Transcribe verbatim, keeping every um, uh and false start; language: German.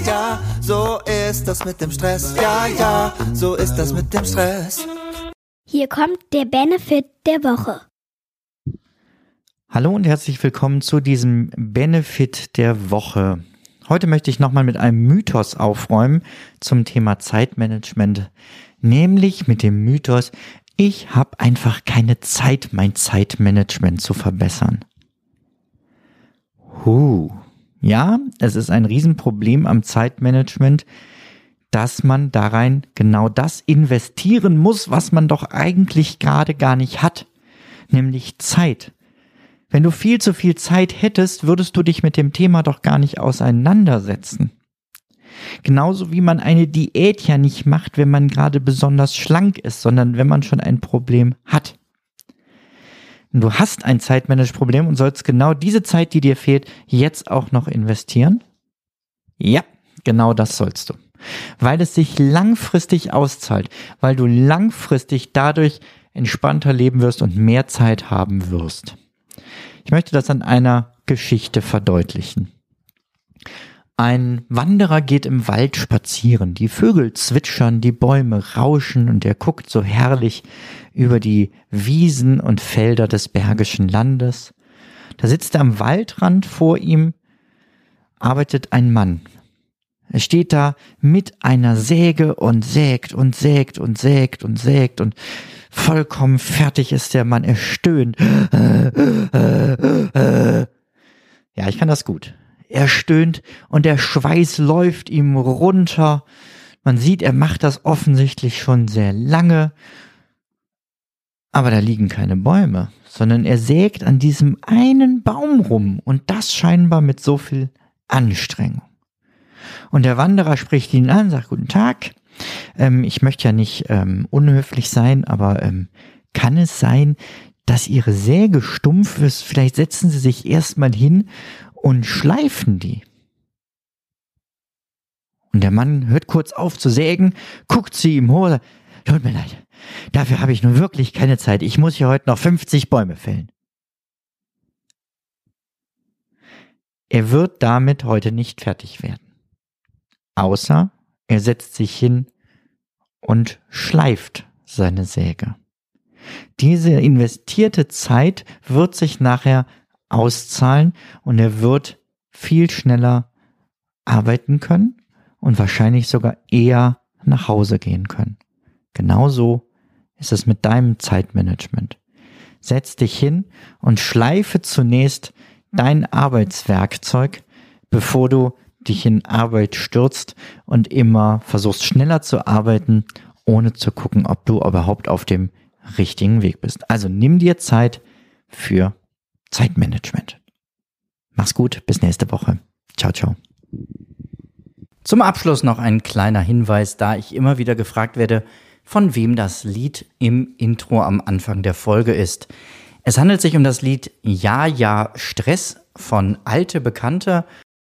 ja, so ist das mit dem Stress. Ja, ja, so ist das mit dem Stress. Hier kommt der Benefit der Woche. Hallo und herzlich willkommen zu diesem Benefit der Woche. Heute möchte ich nochmal mit einem Mythos aufräumen zum Thema Zeitmanagement, nämlich mit dem Mythos, ich habe einfach keine Zeit, mein Zeitmanagement zu verbessern. Huh. Ja, es ist ein Riesenproblem am Zeitmanagement, dass man darein genau das investieren muss, was man doch eigentlich gerade gar nicht hat, nämlich Zeit. Wenn du viel zu viel Zeit hättest, würdest du dich mit dem Thema doch gar nicht auseinandersetzen. Genauso wie man eine Diät ja nicht macht, wenn man gerade besonders schlank ist, sondern wenn man schon ein Problem hat. Du hast ein Zeitmanagement-Problem und sollst genau diese Zeit, die dir fehlt, jetzt auch noch investieren? Ja, genau das sollst du. Weil es sich langfristig auszahlt, weil du langfristig dadurch entspannter leben wirst und mehr Zeit haben wirst. Ich möchte das an einer Geschichte verdeutlichen. Ein Wanderer geht im Wald spazieren, die Vögel zwitschern, die Bäume rauschen und er guckt so herrlich über die Wiesen und Felder des Bergischen Landes. Da sitzt er am Waldrand, vor ihm arbeitet ein Mann. Er steht da mit einer Säge und sägt und sägt und sägt und sägt und vollkommen fertig ist der Mann. Er stöhnt. Ja, ich kann das gut. Er stöhnt und der Schweiß läuft ihm runter. Man sieht, er macht das offensichtlich schon sehr lange. Aber da liegen keine Bäume, sondern er sägt an diesem einen Baum rum und das scheinbar mit so viel Anstrengung. Und der Wanderer spricht ihn an, sagt, guten Tag, ähm, ich möchte ja nicht ähm, unhöflich sein, aber ähm, kann es sein, dass Ihre Säge stumpf ist? Vielleicht setzen Sie sich erstmal hin und schleifen die. Und der Mann hört kurz auf zu sägen, guckt zu ihm hoch, tut mir leid, dafür habe ich nun wirklich keine Zeit, ich muss hier heute noch fünfzig Bäume fällen. Er wird damit heute nicht fertig werden. Außer er setzt sich hin und schleift seine Säge. Diese investierte Zeit wird sich nachher auszahlen und er wird viel schneller arbeiten können und wahrscheinlich sogar eher nach Hause gehen können. Genauso ist es mit deinem Zeitmanagement. Setz dich hin und schleife zunächst dein Arbeitswerkzeug, bevor du dich in Arbeit stürzt und immer versuchst schneller zu arbeiten, ohne zu gucken, ob du überhaupt auf dem richtigen Weg bist. Also nimm dir Zeit für Zeitmanagement. Mach's gut, bis nächste Woche. Ciao, ciao. Zum Abschluss noch ein kleiner Hinweis, da ich immer wieder gefragt werde, von wem das Lied im Intro am Anfang der Folge ist. Es handelt sich um das Lied Ja, ja, Stress von Alte Bekannte